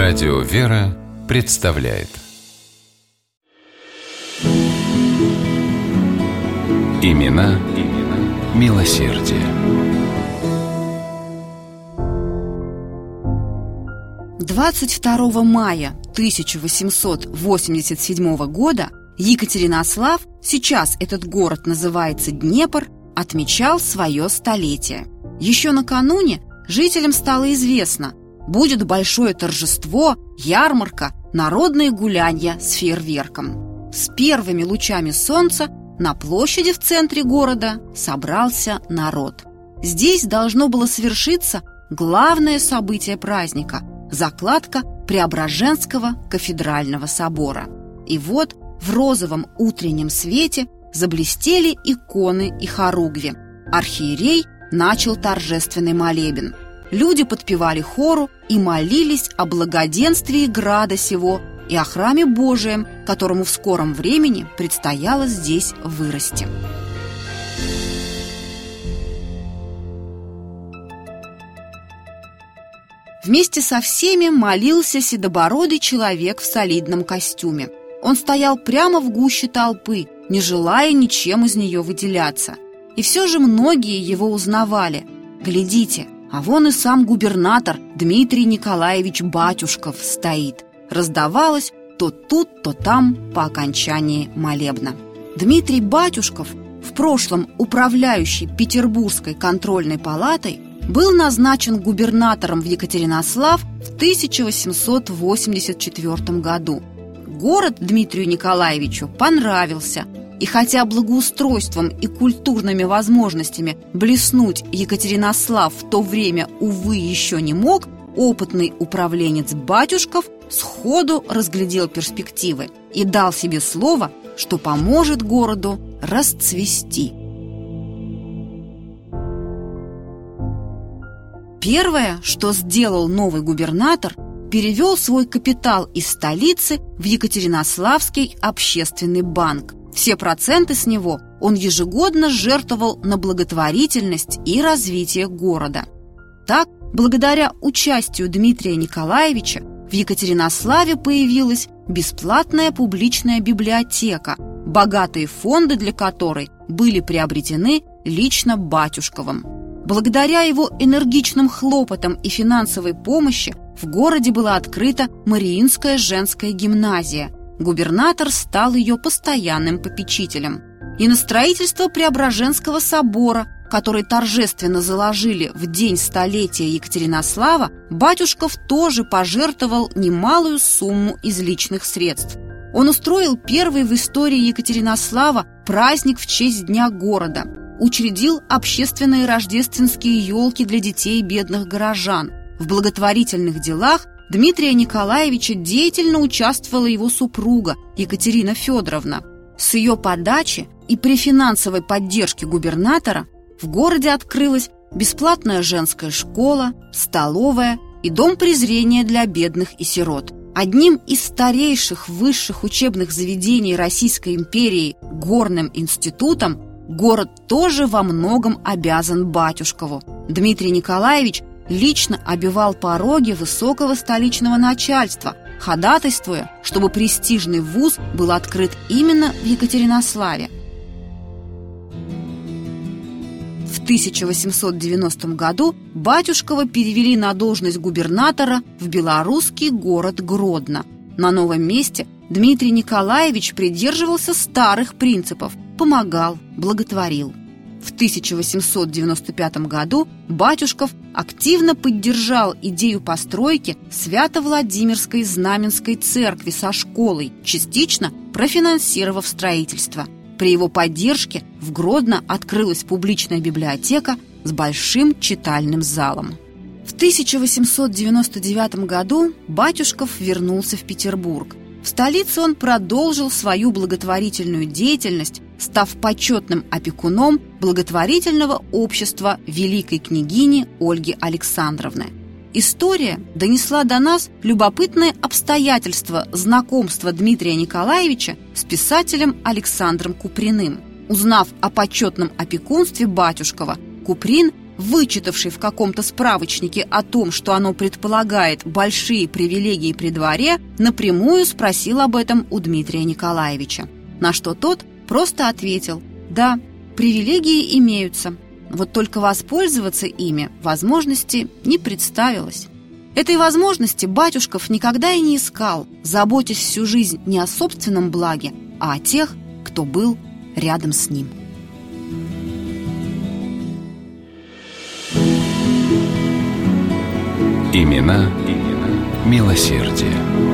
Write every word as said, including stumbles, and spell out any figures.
Радио «Вера» представляет Имена, имена милосердия. двадцать второго мая тысяча восемьсот восемьдесят седьмого года Екатеринослав, сейчас этот город называется Днепр, отмечал свое столетие. Еще накануне жителям стало известно: будет большое торжество, ярмарка, народные гулянья с фейерверком. С первыми лучами солнца на площади в центре города собрался народ. Здесь должно было свершиться главное событие праздника – закладка Преображенского кафедрального собора. И вот в розовом утреннем свете заблестели иконы и хоругви. Архиерей начал торжественный молебен. Люди подпевали хору и молились о благоденствии града сего и о храме Божием, которому в скором времени предстояло здесь вырасти. Вместе со всеми молился седобородый человек в солидном костюме. Он стоял прямо в гуще толпы, не желая ничем из нее выделяться. И все же многие его узнавали. Глядите, а вон и сам губернатор Дмитрий Николаевич Батюшков стоит. Раздавалось то тут, то там по окончании молебна. Дмитрий Батюшков, в прошлом управляющий Петербургской контрольной палатой, был назначен губернатором в Екатеринослав в тысяча восемьсот восемьдесят четвёртом году. Город Дмитрию Николаевичу понравился, и хотя благоустройством и культурными возможностями блеснуть Екатеринослав в то время, увы, еще не мог, опытный управленец Батюшков сходу разглядел перспективы и дал себе слово, что поможет городу расцвести. Первое, что сделал новый губернатор, перевел свой капитал из столицы в Екатеринославский общественный банк. Все проценты с него он ежегодно жертвовал на благотворительность и развитие города. Так, благодаря участию Дмитрия Николаевича, в Екатеринославе появилась бесплатная публичная библиотека, богатые фонды для которой были приобретены лично Батюшковым. Благодаря его энергичным хлопотам и финансовой помощи в городе была открыта Мариинская женская гимназия. Губернатор стал ее постоянным попечителем. И на строительство Преображенского собора, который торжественно заложили в день столетия Екатеринослава, Батюшков тоже пожертвовал немалую сумму из личных средств. Он устроил первый в истории Екатеринослава праздник в честь Дня города, учредил общественные рождественские елки для детей бедных горожан. В благотворительных делах Дмитрия Николаевича деятельно участвовала его супруга Екатерина Федоровна. С ее подачи и при финансовой поддержке губернатора в городе открылась бесплатная женская школа, столовая и дом презрения для бедных и сирот. Одним из старейших высших учебных заведений Российской империи, Горным институтом, город тоже во многом обязан Батюшкову. Дмитрий Николаевич лично обивал пороги высокого столичного начальства, ходатайствуя, чтобы престижный вуз был открыт именно в Екатеринославе. В тысяча восемьсот девяностом году Батюшкова перевели на должность губернатора в белорусский город Гродно. На новом месте Дмитрий Николаевич придерживался старых принципов, помогал, благотворил. В тысяча восемьсот девяносто пятом году Батюшков активно поддержал идею постройки Свято-Владимирской Знаменской церкви со школой, частично профинансировав строительство. При его поддержке в Гродно открылась публичная библиотека с большим читальным залом. В тысяча восемьсот девяносто девятом году Батюшков вернулся в Петербург. В столице он продолжил свою благотворительную деятельность, став почетным опекуном благотворительного общества великой княгини Ольги Александровны. История донесла до нас любопытное обстоятельство знакомства Дмитрия Николаевича с писателем Александром Куприным. Узнав о почетном опекунстве Батюшкова, Куприн вычитавший в каком-то справочнике о том, что оно предполагает большие привилегии при дворе, напрямую спросил об этом у Дмитрия Николаевича. На что тот просто ответил: «Да, привилегии имеются, вот только воспользоваться ими возможности не представилось». Этой возможности Батюшков никогда и не искал, заботясь всю жизнь не о собственном благе, а о тех, кто был рядом с ним. Имена, имена милосердия.